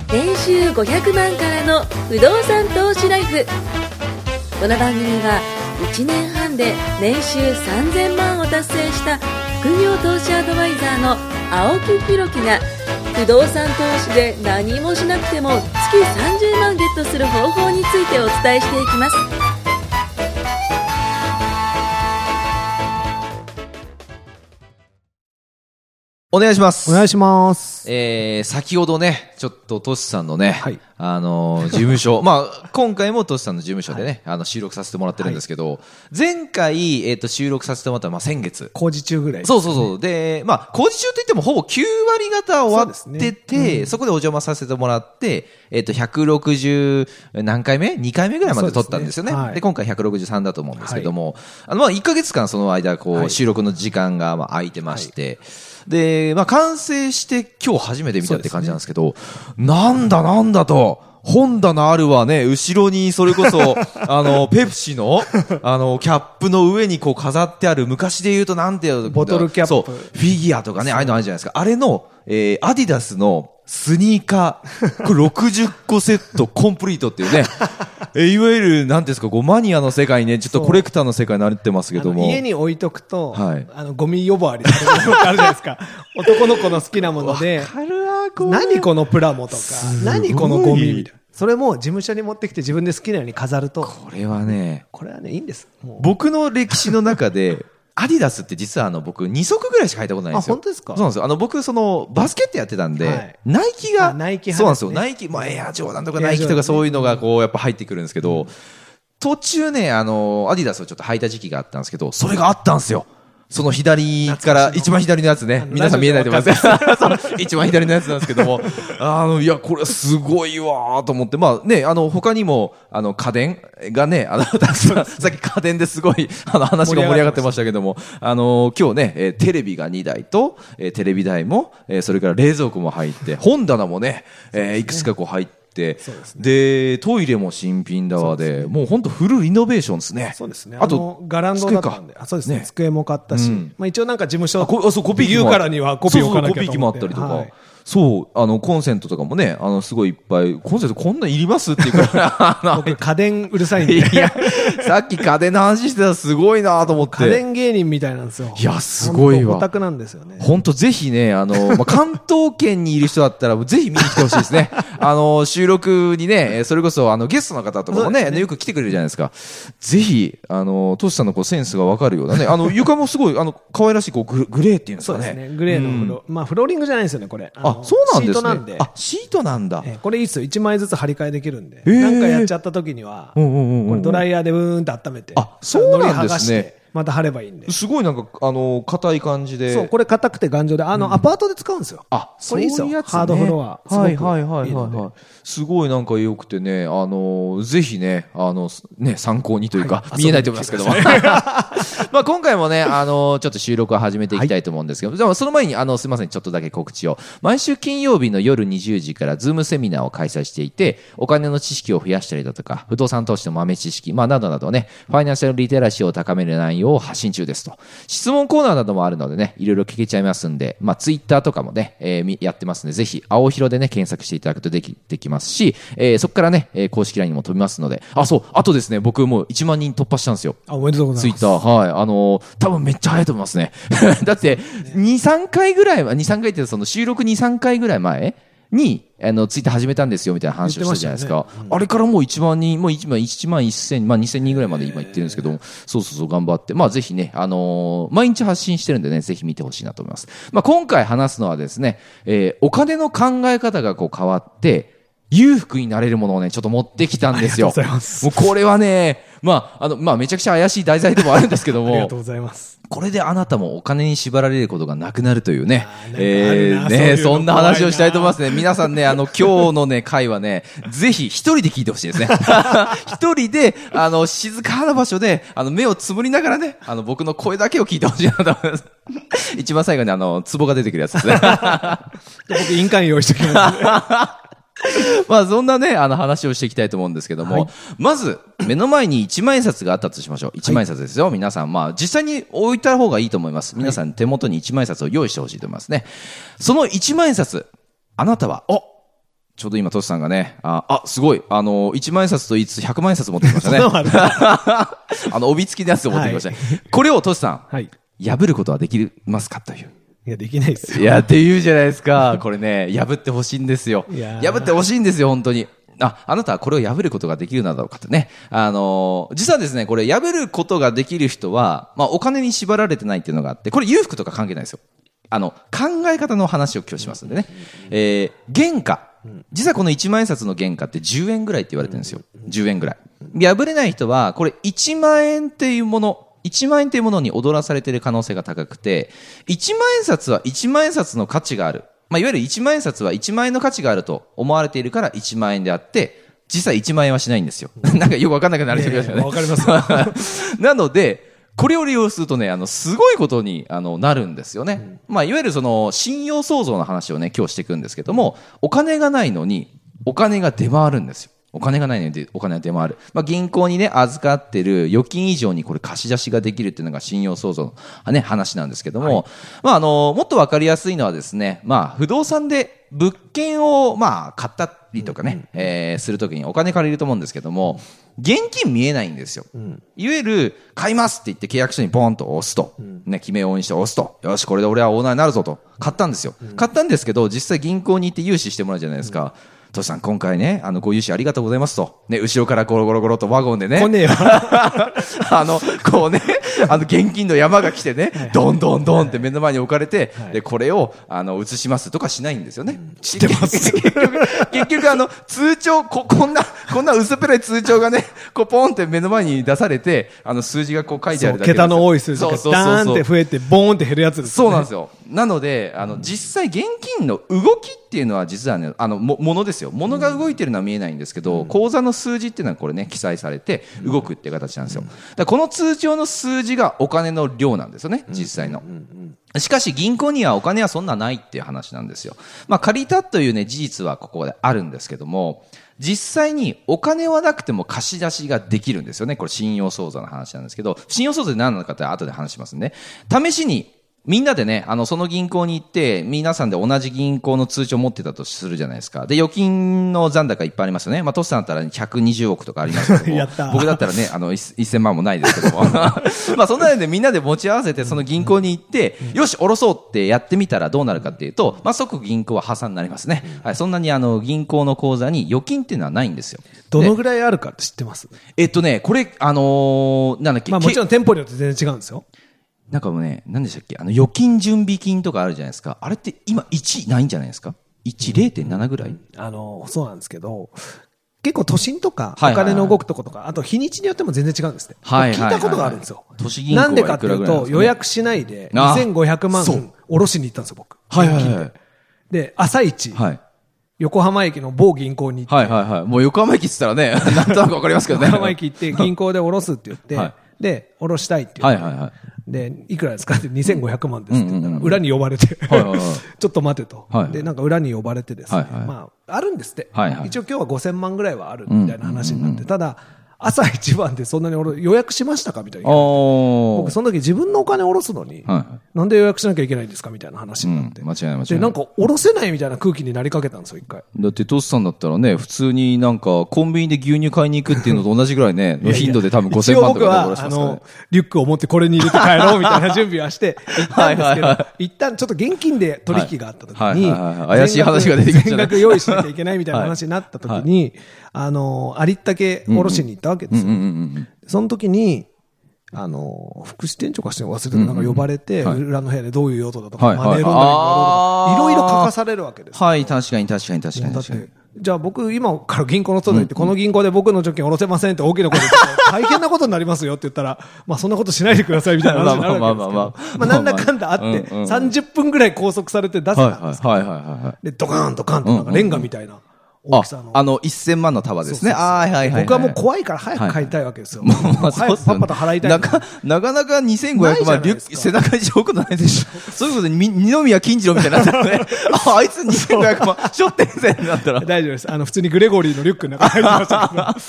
年収500万からの不動産投資ライフ。この番組は1年半で年収3000万を達成した副業投資アドバイザーの青木弘樹が、不動産投資で何もしなくても月30万ゲットする方法についてお伝えしていきます。 お願いします。 お願いします。 先ほどね、ちょっとトシさんのね、 はい、 事務所、まあ、今回もトシさんの事務所でね、収録させてもらってるんですけど、前回、収録させてもらったのは、まあ、先月。 工事中ぐらい、ね。 そうそうそう。で、まあ、工事中といってもほぼ9割方終わってて、そこでお邪魔させてもらって、160何回目 ?2 回目ぐらいまで撮ったんですよね。で、今回163だと思うんですけども、まあ、1ヶ月間その間、こう、収録の時間がまあ空いてまして、で、まあ、完成して今日初めて見たって感じなんですけど、なんだと、本棚あるわね、後ろにそれこそ、ペプシの、キャップの上にこう飾ってある、昔で言うとなんていうボトルキャップ。 そう、フィギュアとかね、ああいうのあるじゃないですか。あれの、アディダスのスニーカー、これ60個セットコンプリートっていうね、いわゆる、なんていうんですか、マニアの世界ね、ちょっとコレクターの世界になってますけども。 家に置いとくと、 はい、 ゴミ呼ばわりされるものってあるじゃないですか。男の子の好きなもので、何このプラモとか、何このゴミみたいな。それも事務所に持ってきて自分で好きなように飾ると。 これはね、 いいんです。 僕の歴史の中で、アディダスって実は僕2足ぐらいしか履いたことないんですよ。 あ、本当ですか？ そうなんですよ。僕バスケットやってたんで、ナイキが、そうなんですよ。ナイキ、まあエアジョーダンとかナイキとかそういうのがこうやっぱ入ってくるんですけど、途中ね、アディダスをちょっと履いた時期があったんですけど、それがあったんですよ。その左から一番左のやつね。皆さん見えないと思います。一番左のやつなんですけども、いや、これすごいわーと思って、まあね、他にも、家電がね、さっき家電ですごい、話が盛り上がってましたけども、今日ね、テレビが2台と、テレビ台も、それから冷蔵庫も入って、本棚もね、いくつかこう入って、で、トイレも新品だわで、もう本当フルリノベーションですね。 そうですね。あと、ガランドだったんで。そうですね。机も買ったし、まあ一応なんか事務所、 コピー機言うからにはコピー置かなきゃと思って。 コピー機もあったりとか。そう、コンセントとかもね、すごいいっぱい、コンセントこんなんいりますっていうか僕家電うるさいんで。 いや、さっき家電の話してたらすごいなと思って。 家電芸人みたいなんですよ。 いや、すごいわ。 オタクなんですよね。 本当ぜひね、関東圏にいる人だったら、ぜひ見に来てほしいですね。収録にね、それこそ、ゲストの方とかもね、よく来てくれるじゃないですか。ぜひ、トシさんのこうセンスがわかるようなね、床もすごい、可愛らしい、こう、グレーっていうんですかね。 そうですね。グレーのフロー。まあ、フローリングじゃないですよね、これ。 そうなんですね。 シートなんで。 シートなんだ。 これいいっすよ。1枚ずつ張り替えできるんで。なんかやっちゃった時には、これドライヤーでブーンって温めて。 そうなんですね。 また貼ればいいんで。 すごいなんか、硬い感じで。 そう、これ硬くて頑丈で、アパートで使うんですよ。 そういうやつね。 ハードフロア。 はい。すごいなんか良くてね、ぜひね、参考にというか、見えないと思いますけども。まあ今回もね、ちょっと収録を始めていきたいと思うんですけど、でもその前に、すいません、ちょっとだけ告知を。毎週金曜日の夜20時からズームセミナーを開催していて、お金の知識を増やしたりだとか、不動産投資の豆知識、まあなどなどね、ファイナンシャルリテラシーを高める内容を発信中ですと。質問コーナーなどもあるのでね、いろいろ聞けちゃいますんで、まあツイッターとかもね、やってますんで、ぜひ、青広でね、検索していただくとできますし、そこからね、公式 LINE にも飛びますので、あとですね、僕もう1万人突破したんですよ。 おめでとうございます。 ツイッター、はい。多分めっちゃ早いと思いますね。だって、2、3回ぐらい、2、3回ってその収録2、3回ぐらい前に、ツイッター始めたんですよみたいな話をしたじゃないですか。あれからもう1万人、もう1万1000、まあ2000人ぐらいまで今言ってるんですけども、そう頑張って、まあぜひね、毎日発信してるんでね、ぜひ見てほしいなと思います。まあ今回話すのはですね、お金の考え方がこう変わって、裕福になれるものをね、ちょっと持ってきたんですよ。 ありがとうございます。 もうこれはね、まあめちゃくちゃ怪しい題材でもあるんですけども。 ありがとうございます。 これであなたもお金に縛られることがなくなるというね。そんな話をしたいと思いますね。皆さんね、今日のね、回はね、ぜひ一人で聞いてほしいですね。一人で、静かな場所で、目をつぶりながらね、僕の声だけを聞いてほしいなと思います。一番最後に壺が出てくるやつですね。 僕、印鑑用意しておきますね。 まあそんなね、話をしていきたいと思うんですけども、まず、目の前に1万円札があったとしましょう。1万円札ですよ。皆さん、まあ実際に置いた方がいいと思います。皆さん手元に1万円札を用意してほしいと思いますね。その1万円札、あなたは、 ちょうど今、トシさんがね、すごい、1万円札と言いつつ100万円札持ってきましたね。帯付きのやつを持ってきました。はい、これをトシさん、はい、破ることはできますかという。 いや、できないですよ。 いや、って言うじゃないですか。これね、破ってほしいんですよ。破ってほしいんですよ、本当に。あなたはこれを破ることができるのだろうかとね。実はですね、これ破ることができる人は、お金に縛られてないっていうのがあって、これ裕福とか関係ないですよ。考え方の話を今日しますんでね。原価。実はこの1万円札の原価って10円ぐらいって言われてるんですよ。10円ぐらい。破れない人は、これ1万円っていうもの、1万円というものに踊らされている可能性が高くて、1万円札は1万円札の価値がある。いわゆる1万円札は1万円の価値があると思われているから1万円であって、実際1万円はしないんですよ。なんかよくわかんなくなる人いますよね。 わかります。 なので、これを利用するとね、すごいことに、なるんですよね。いわゆるその、信用創造の話をね、今日していくんですけども、お金がないのに、お金が出回るんですよ。お金がないのにお金が出回る。銀行にね、預かってる預金以上にこれ貸し出しができるっていうのが信用創造のね、話なんですけども、はい、もっとわかりやすいのはですね、不動産で物件を、買ったりとかね、するときにお金借りると思うんですけども、現金見えないんですよ。いわゆる、買いますって言って契約書にボーンと押すと。ね、記名を押して押すと。よし、これで俺はオーナーになるぞと。買ったんですよ。買ったんですけど、実際銀行に行って融資してもらうじゃないですか。トシさん、今回ね、ご融資ありがとうございますと。ね、後ろからゴロゴロゴロとワゴンでね。 来ねえよ。 こうね、現金の山が来てね、ドンドンドンって目の前に置かれて、で、これを、移しますとかしないんですよね。 知ってます。 結局、通帳、こんな薄っぺらい通帳がね、こう、ポンって目の前に出されて、数字がこう書いてあるだけ。 桁の多い数字がダーンって増えて、ボーンって減るやつですね。 そうなんですよ。なので、実際現金の動きっていうのは実はね、ものですよ。物が動いてるのは見えないんですけど、口座の数字っていうのはこれね、記載されて動くっていう形なんですよ。だからこの通帳の数字がお金の量なんですよね、実際の。しかし銀行にはお金はそんなないっていう話なんですよ。借りたというね、事実はここであるんですけども、実際にお金はなくても貸し出しができるんですよね。これ信用創造の話なんですけど、信用創造って何なのかって後で話しますね。試しに、みんなでね、その銀行に行って、皆さんで同じ銀行の通帳を持ってたとするじゃないですか。で、預金の残高いっぱいありますよね。トシさんだったら120億とかありますけども。 やった僕だったらね、1000万もないですけども。そんなのでみんなで持ち合わせて、その銀行に行って、よし、下ろそうってやってみたらどうなるかっていうと、即銀行は破産になりますね。はい、そんなに銀行の口座に預金っていうのはないんですよ。 どのぐらいあるかって知ってます？ これ、なんだっけ。 もちろん店舗によって全然違うんですよ。 なんかもうね、何でしたっけ、預金準備金とかあるじゃないですか。あれって今1ないんじゃないですか？ 1、0.7 ぐらい？ そうなんですけど、結構都心とか、お金の動くとことか、あと日にちによっても全然違うんですね。聞いたことがあるんですよ。 都市銀行なんでかっていうと、予約しないで、2500万下ろしに行ったんですよ、僕。で、朝一。横浜駅の某銀行に行って。 もう横浜駅って言ったらね、なんとなくわかりますけどね。 横浜駅行って銀行で下ろすって言って、で、下ろしたいって言って。で、いくらですかって2500万ですって言ったら、裏に呼ばれて、ちょっと待てと。で、なんか裏に呼ばれてですね、あるんですって。一応今日は5000万ぐらいはあるみたいな話になって、ただ、朝一番でそんなに予約しましたかみたいな。僕その時自分のお金下ろすのに、なんで予約しなきゃいけないんですかみたいな話になって。 間違いない。 で、なんか下ろせないみたいな空気になりかけたんですよ、一回。 だってトシさんだったらね、普通になんかコンビニで牛乳買いに行くっていうのと同じぐらいね、の頻度で多分5000万とかで下ろしますからね。 僕は、リュックを持ってこれに入れて帰ろうみたいな準備はして、行ったんですけど、一旦ちょっと現金で取引があった時に、 怪しい話が出てきた。 全額用意しなきゃいけないみたいな話になった時に、ありったけ下ろしに行ったわけですよ。その時に、副支店長かして忘れてなんか呼ばれて、裏の部屋でどういう用途だとか、マネーロンダリングがどうとか、いろいろ書かされるわけです。 はい、確かに。だって、 じゃあ僕今から銀行の外に行って、この銀行で僕の貯金下ろせませんって大きなこと言って、大変なことになりますよって言ったら、そんなことしないでくださいみたいな話になるわけですけど、なんだかんだあって、30分ぐらい拘束されて出せたんですで、ドカーンドカーンとなんかレンガみたいな。大きさの。 1000万の束ですね。 僕はもう怖いから早く買いたいわけですよ。早くパッパと払いたい。 なかなか2500万リュック、背中に背負うことないでしょ。そういうことで、二宮金次郎みたいになってるね。あいつ2500万背負ってるぜってなったら。 大丈夫です。普通にグレゴリーのリュックの中に入ってましたけど。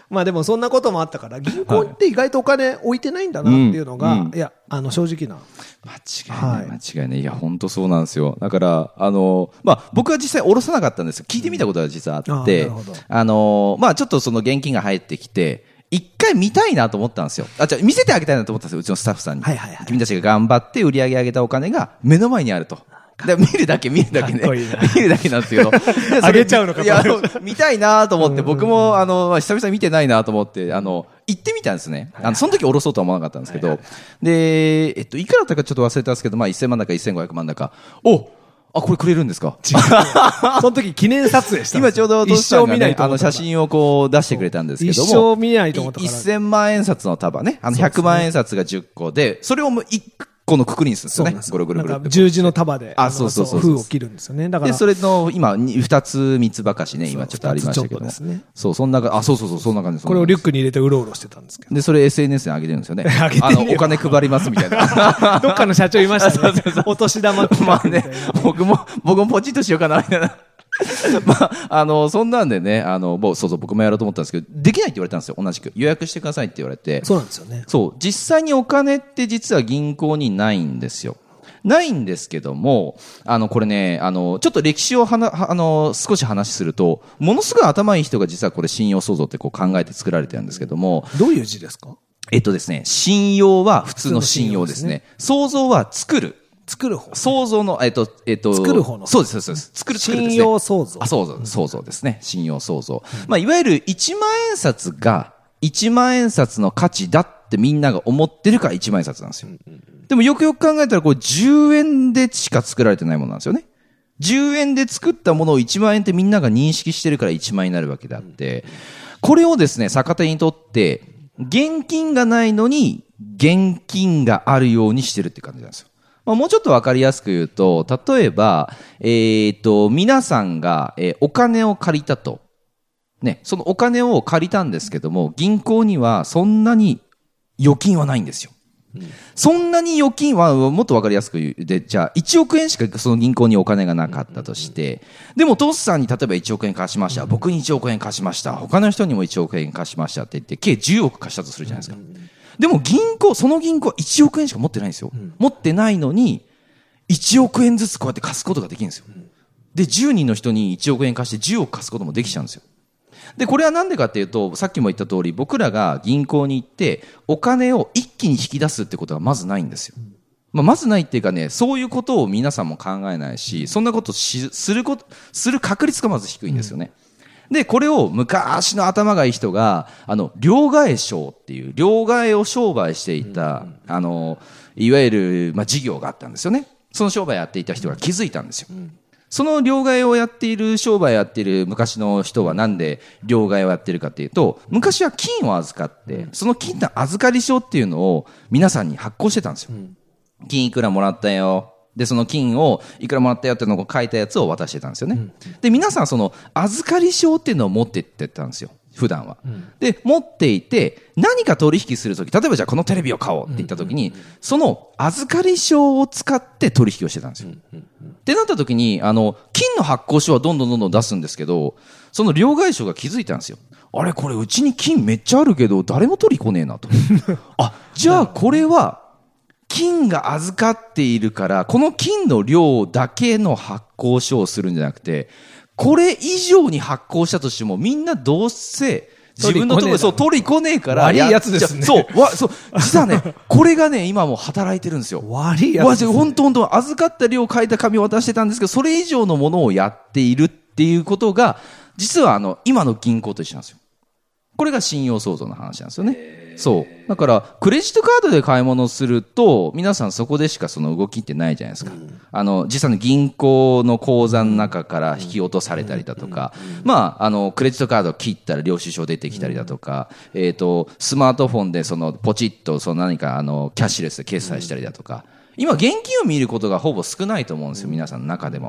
まあでもそんなこともあったから、銀行って意外とお金置いてないんだなっていうのが、いや、正直な。 間違いない。いや、本当そうなんですよ。だから、まあ僕は実際下ろさなかったんですよ。聞いてみたことが実はあって、まあちょっとその現金が入ってきて、一回見たいなと思ったんですよ。じゃあ見せてあげたいなと思ったんですよ。うちのスタッフさんに。君たちが頑張って売り上げ上げたお金が目の前にあると。見るだけね。見るだけなんですけど。 あげちゃうのかと。 いや、見たいなと思って、僕も、久々に見てないなと思って、行ってみたんですね。その時下ろそうとは思わなかったんですけど。で、いくらだったかちょっと忘れたんですけど、まあ1000万だか1500万だか。これくれるんですか？ その時記念撮影したんです。 今ちょうど一生見ないと写真をこう出してくれたんですけども。 一生見ないと思ったから。 1000万円札の束ね。100万円札が10個で、それを1個のくくりにするんですよね。ぐるぐる。 十字の束で。 そう。 封を切るんですよね。だから。 で、それの、今、2つ3つばかしね、今ちょっとありましたけど。そう、そんな、そんな感じです。 これをリュックに入れてうろうろしてたんですけど。 で、それ SNS に上げてるんですよね。お金配りますみたいな。どっかの社長いましたね。お年玉まあね、僕もポチッとしようかな、みたいな。まあ、そんなんでね、僕もやろうと思ったんですけど、できないって言われたんですよ、同じく。予約してくださいって言われて。 そうなんですよね。 そう、実際にお金って実は銀行にないんですよ。ないんですけども、これね、ちょっと歴史を少し話すると、ものすごい頭いい人が実はこれ信用創造ってこう考えて作られてるんですけども。 どういう字ですか？ ですね、信用は普通の信用ですね。創造は作る方。創造の、 作る方の。 そうです。作るですね。 信用創造。 創造ですね。信用創造。まあ、いわゆる1万円札が1万円札の価値だってみんなが思ってるから1万円札なんですよ。でもよくよく考えたらこれ10円でしか作られてないものなんですよね。10円で作ったものを1万円ってみんなが認識してるから1万円になるわけであって、これをですね、逆手にとって、現金がないのに現金があるようにしてるって感じなんですよ。まあ、もうちょっとわかりやすく言うと、例えば、皆さんが、お金を借りたと。ね、そのお金を借りたんですけども、銀行にはそんなに預金はないんですよ。そんなに預金は、もっとわかりやすく言う。で、じゃあ、1億円しかその銀行にお金がなかったとして、でも、トスさんに例えば1億円貸しました。僕に1億円貸しました。他の人にも1億円貸しましたって言って、計10億貸したとするじゃないですか。でもその銀行は1億円しか持ってないんですよ。持ってないのに、1億円ずつこうやって貸すことができるんですよ。で、10人の人に1億円貸して10億貸すこともできちゃうんですよ。で、これはなんでかっていうと、さっきも言った通り、僕らが銀行に行って、お金を一気に引き出すってことはまずないんですよ。まずないっていうかね、そういうことを皆さんも考えないし、そんなことする確率がまず低いんですよね。で、これを昔の頭がいい人が、両替商っていう、両替を商売していた、いわゆる、事業があったんですよね。その商売やっていた人が気づいたんですよ。その両替をやっている、商売やっている昔の人はなんで両替をやってるかっていうと、昔は金を預かって、その金の預かり証っていうのを皆さんに発行してたんですよ。金いくらもらったよ。で、その金をいくらもらったよっていうのを書いたやつを渡してたんですよね。で、皆さんその預かり証っていうのを持ってってたんですよ。普段は。で、持っていて、何か取引するとき、例えばじゃあこのテレビを買おうって言ったときに、その預かり証を使って取引をしてたんですよ。ってなったときに、金の発行証はどんどん出すんですけど、その両替商が気づいたんですよ。あれこれうちに金めっちゃあるけど、誰も取り来ねえなと。じゃあこれは、金が預かっているから、この金の量だけの発行書をするんじゃなくて、これ以上に発行したとしても、みんなどうせ、自分のところで取りこねえから。 悪いやつですね。 そう。実はね、これがね、今も働いてるんですよ。 悪いやつですね。 本当、預かった量を書いた紙を渡してたんですけど、それ以上のものをやっているっていうことが、実は今の銀行と一緒なんですよ。これが信用創造の話なんですよね。そう。だから、クレジットカードで買い物すると、皆さんそこでしかその動きってないじゃないですか。実際の銀行の口座の中から引き落とされたりだとか、クレジットカードを切ったら領収書出てきたりだとか、スマートフォンでポチッと何かキャッシュレスで決済したりだとか、今現金を見ることがほぼ少ないと思うんですよ、皆さんの中でも。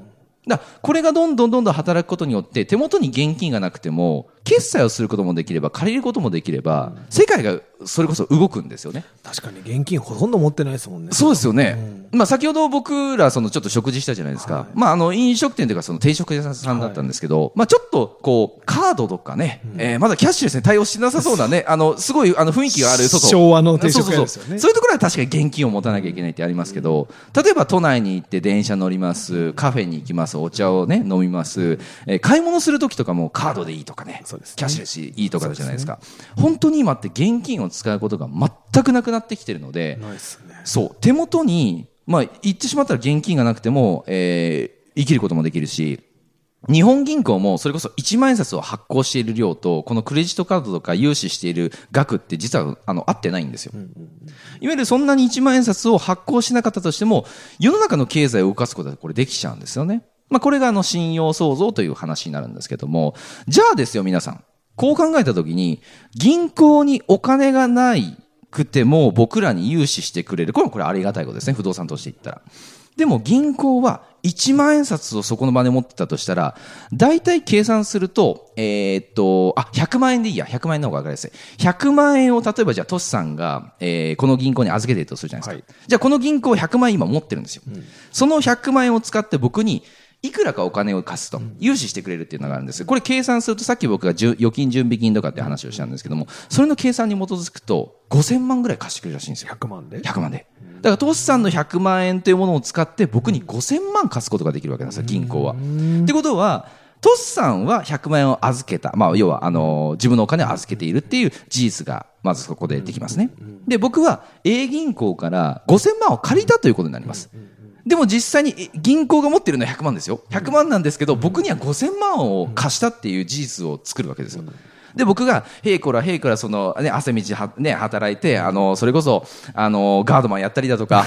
これがどんどん働くことによって手元に現金がなくても決済をすることもできれば借りることもできれば世界がそれこそ動くんですよね。 確かに現金ほとんど持ってないですもんね。 そうですよね。先ほど僕らちょっと食事したじゃないですか。飲食店というか定食屋さんだったんですけど、ちょっとこうカードとかね、まだキャッシュレスに対応してなさそうなね、すごい雰囲気がある昭和の定食屋ですよね。 そういうところは確かに現金を持たなきゃいけないってありますけど、例えば都内に行って電車乗ります、カフェに行きます、お茶をね飲みます、買い物するときとかもカードでいいとかね、キャッシュレスいいとかじゃないですか。本当に今って現金を使うことが全くなくなってきてるので、そう手元に言ってしまったら現金がなくても、生きることもできるし、日本銀行もそれこそ1万円札を発行している量とこのクレジットカードとか融資している額って実は合ってないんですよ。いわゆるそんなに1万円札を発行しなかったとしても世の中の経済を動かすことはこれできちゃうんですよね。これが信用創造という話になるんですけども、じゃあですよ皆さん、こう考えたときに銀行にお金がないくても僕らに融資してくれる、これありがたいことですね、不動産として言ったら。でも銀行は1万円札をそこの場で持ってたとしたら、大体計算すると、100万円でいいや、100万円の方が分かりやすい。100万円を例えばじゃあトシさんが、この銀行に預けているとするじゃないですか。じゃあこの銀行100万円今持ってるんですよ。その100万円を使って僕にいくらかお金を貸すと、融資してくれるっていうのがあるんです。これ計算するとさっき僕が預金準備金とかって話をしたんですけども、それの計算に基づくと5000万ぐらい貸してくれるらしいんですよ。 100万で ?100 万で。だからトシさんの100万円というものを使って僕に5000万貸すことができるわけなんですよ、銀行は。ってことは、トシさんは100万円を預けた。要は、自分のお金を預けているっていう事実が、まずそこでできますね。で、僕は A 銀行から5000万を借りたということになります。でも実際に銀行が持っているのは100万ですよ。100万なんですけど、僕には5000万を貸したっていう事実を作るわけですよ。で、僕が、へいこら、汗道ね、働いて、それこそ、ガードマンやったりだとか、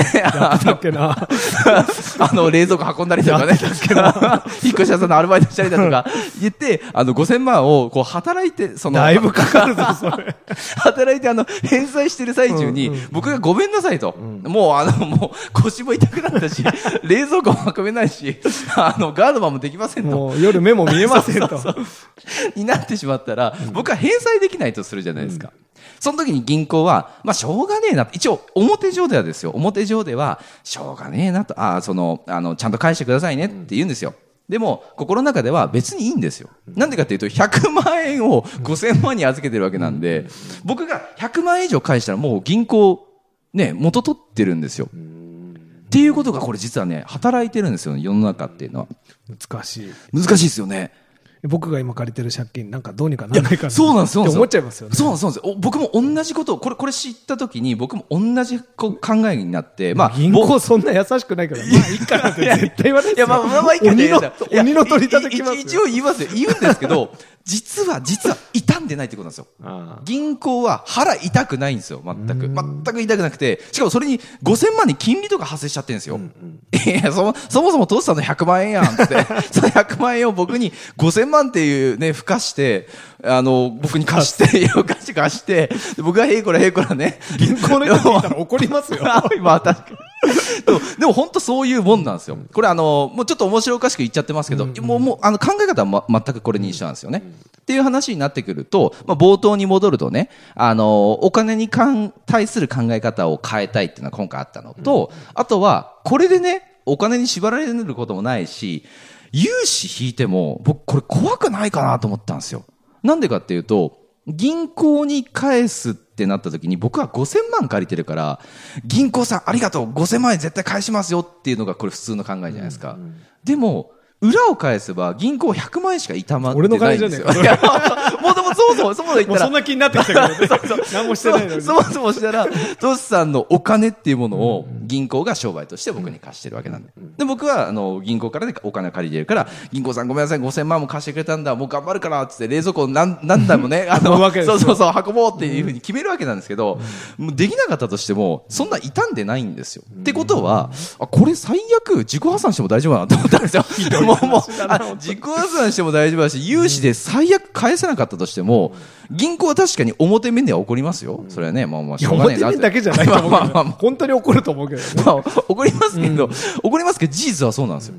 冷蔵庫運んだりとかね、引っ越し屋さんのアルバイトしたりだとか、言って、5000万を、働いて、 だいぶかかるぞ、それ。 働いて、返済してる最中に、僕がごめんなさいと。もう腰も痛くなったし、冷蔵庫も運べないし、ガードマンもできませんと。 もう夜目も見えませんと。 になってしまったら、僕は返済できないとするじゃないですか。その時に銀行は、しょうがねえな。一応、表上ではですよ。表上では、しょうがねえなと、ちゃんと返してくださいねって言うんですよ。でも、心の中では別にいいんですよ。なんでかっていうと、100万円を5000万に預けてるわけなんで、僕が100万円以上返したらもう銀行、ね、元取ってるんですよ。っていうことがこれ実はね、働いてるんですよね、世の中っていうのは。 難しいですよね。 僕が今借りてる借金なんかどうにかならないかなそうなんですよ。 って思っちゃいますよね。 そうなんですよ。僕も同じことを、これ知った時に僕も同じ考えになって、 銀行そんな優しくないから、いいかなって絶対言わないですよ。鬼の取り立てきますよ。 一応言いますよ。言うんですけど、実は傷んでないってことなんですよ。銀行は腹痛くないんですよ。全く痛くなくて、しかもそれに5000万に金利とか発生しちゃってるんですよ。そもそもトシさんの100万円やんって、その100万円を僕に5000万っていうね、付加して、僕に貸して、貸して、僕がへいこらね。 銀行の人に言ったら怒りますよ。 確かに。でも本当そういうもんなんですよ。これもうちょっと面白おかしく言っちゃってますけど、もう考え方は全くこれに一緒なんですよね。っていう話になってくると、冒頭に戻るとね、お金に対する考え方を変えたいっていうのが今回あったのと、あとは、これでね、お金に縛られることもないし、融資引いても、僕これ怖くないかなと思ったんですよ。なんでかっていうと、銀行に返すってなった時に僕は5000万借りてるから、銀行さんありがとう、5000万円絶対返しますよっていうのがこれ普通の考えじゃないですか。でも、裏を返せば銀行100万円しか痛まってないんですよ。俺の金じゃねえか。もうでもそも言ったら。 そんな気になってきたけどね。何もしてないのに。 そもしたら、トシさんのお金っていうものを銀行が商売として僕に貸してるわけなんで。で、僕は銀行からお金を借りてるから、銀行さんごめんなさい、5000万も貸してくれたんだ、もう頑張るからって冷蔵庫何台もね、運ぼうっていうふうに決めるわけなんですけど、もうできなかったとしても、そんな傷んでないんですよ。ってことは、これ最悪自己破産しても大丈夫だなと思ったんですよ。自己破産しても大丈夫だし、融資で最悪返せなかったとしても、銀行は確かに表面では怒りますよ。それはね、しょうがねえな。 表面だけじゃないと思うけど、本当に怒ると思うけどね。 怒りますけど、事実はそうなんですよ。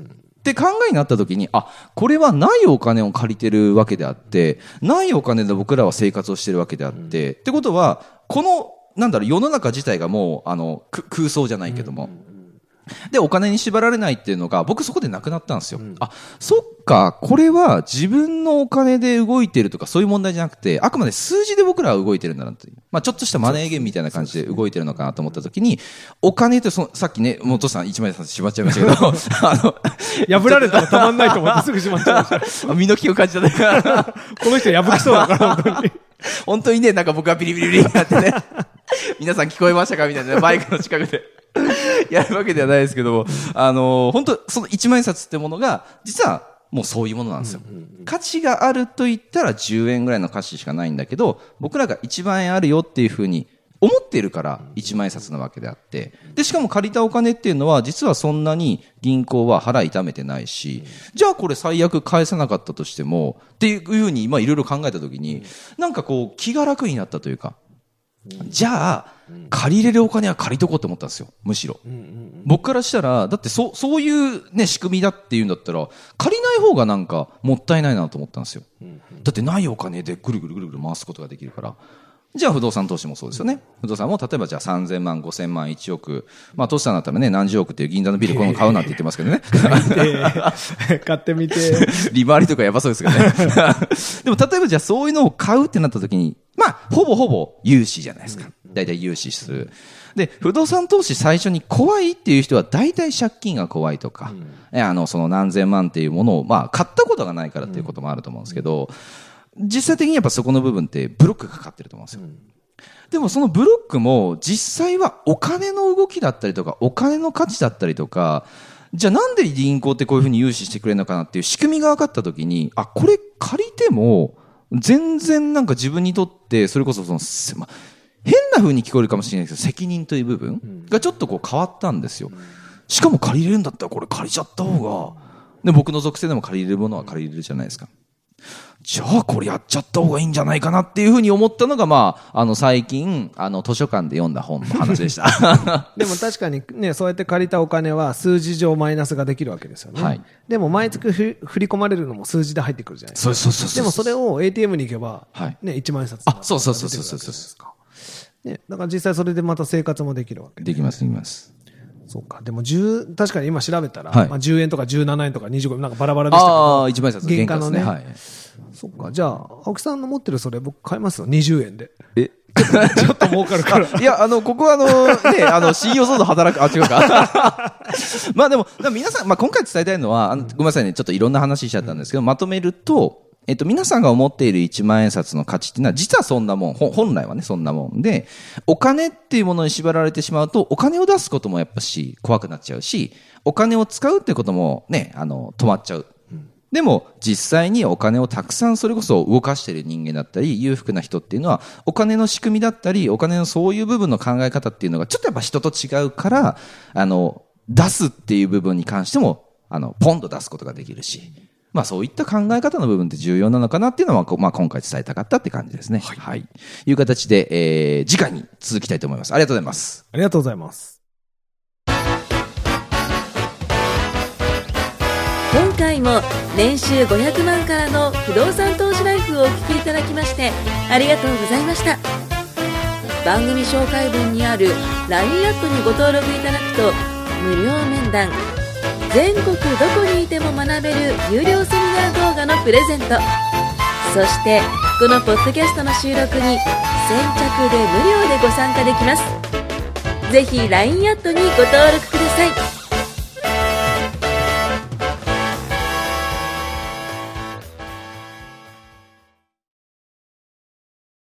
って考えになった時に、これはないお金を借りてるわけであって、ないお金で僕らは生活をしてるわけであって、ってことは、この、世の中自体がもう、空想じゃないけども、で、お金に縛られないっていうのが、僕そこでなくなったんですよ。そっか、これは自分のお金で動いてるとかそういう問題じゃなくて、あくまで数字で僕らは動いてるんだなという。ちょっとしたマネーゲームみたいな感じで動いてるのかなと思ったときに、お金ってさっきね、元さん1枚で縛っちゃいましたけど、破られたらたまんないと思ってすぐ縛っちゃいました。 身の気を感じたね。 この人破きそうだから、本当に。 本当にね、僕はビリビリビリになってね、皆さん聞こえましたかみたいな、バイクの近くで。やるわけではないですけども、本当その1万円札ってものが、実はもうそういうものなんですよ。価値があると言ったら10円ぐらいの価値しかないんだけど、僕らが1万円あるよっていうふうに思っているから1万円札なわけであって、で、しかも借りたお金っていうのは、実はそんなに銀行は腹痛めてないし、じゃあこれ最悪返さなかったとしても、っていうふうに、いろいろ考えたときに、気が楽になったというか、じゃあ、借りれるお金は借りとこうと思ったんですよ、むしろ。僕からしたら、だってそういうね、仕組みだっていうんだったら、借りない方がもったいないなと思ったんですよ。だってないお金でぐるぐるぐるぐる回すことができるから。じゃあ不動産投資もそうですよね。不動産も例えばじゃあ3000万、5000万、1億。トシさんだったらね、何十億っていう銀座のビルこの買うなんて言ってますけどね。 買ってみて。 利回りとかやばそうですけどね。でも例えばじゃあそういうのを買うってなった時に、ほぼ融資じゃないですか。だいたい融資する。で、不動産投資最初に怖いっていう人は大体借金が怖いとか、その何千万っていうものを、買ったことがないからっていうこともあると思うんですけど、実際的にやっぱそこの部分ってブロックがかかってると思うんですよ。でもそのブロックも実際はお金の動きだったりとか、お金の価値だったりとか、じゃあなんで銀行ってこういうふうに融資してくれるのかなっていう仕組みが分かったときに、これ借りても全然自分にとってそれこそ変な風に聞こえるかもしれないけど、責任という部分がちょっと変わったんですよ。しかも借りれるんだったらこれ借りちゃった方が、で僕の属性でも借りれるものは借りれるじゃないですか。じゃあこれやっちゃった方がいいんじゃないかなっていうふうに思ったのが、最近、図書館で読んだ本の話でした。 でも確かにね、そうやって借りたお金は数字上マイナスができるわけですよね。はい。でも毎月振り込まれるのも数字で入ってくるじゃないですか。そう。でもそれを ATM に行けば、ね、1万円札。 そう。 ね、だから実際それでまた生活もできるわけできます。 そうか。でも確かに今調べたら、10円とか17円とか25円バラバラでしたけど。 1万円札原価のね。はい。そっか。じゃあ、青木さんの持ってるそれ僕買いますよ。20円で。ちょっと儲かるから。 いや、ここはね、信用相当働く、違うか。でも、皆さん、今回伝えたいのは、ごめんなさいね、ちょっといろんな話しちゃったんですけど、まとめると、皆さんが思っている1万円札の価値っていうのは、実はそんなもん、本来はね、そんなもんで、お金っていうものに縛られてしまうと、お金を出すこともやっぱ怖くなっちゃうし、お金を使うってこともね、止まっちゃう。でも、実際にお金をたくさんそれこそ動かしている人間だったり、裕福な人っていうのは、お金の仕組みだったり、お金のそういう部分の考え方っていうのが、ちょっとやっぱ人と違うから、出すっていう部分に関しても、ポンと出すことができるし、そういった考え方の部分って重要なのかなっていうのは、今回伝えたかったって感じですね。はい。いう形で、次回に続きたいと思います。ありがとうございます。 ありがとうございます。 今回も年収500万からの不動産投資ライフをお聞きいただきましてありがとうございました。番組紹介文にある LINE アットにご登録いただくと無料面談、全国どこにいても学べる有料セミナー動画のプレゼント、そしてこのポッドキャストの収録に先着で無料でご参加できます。ぜひ LINE アットにご登録ください。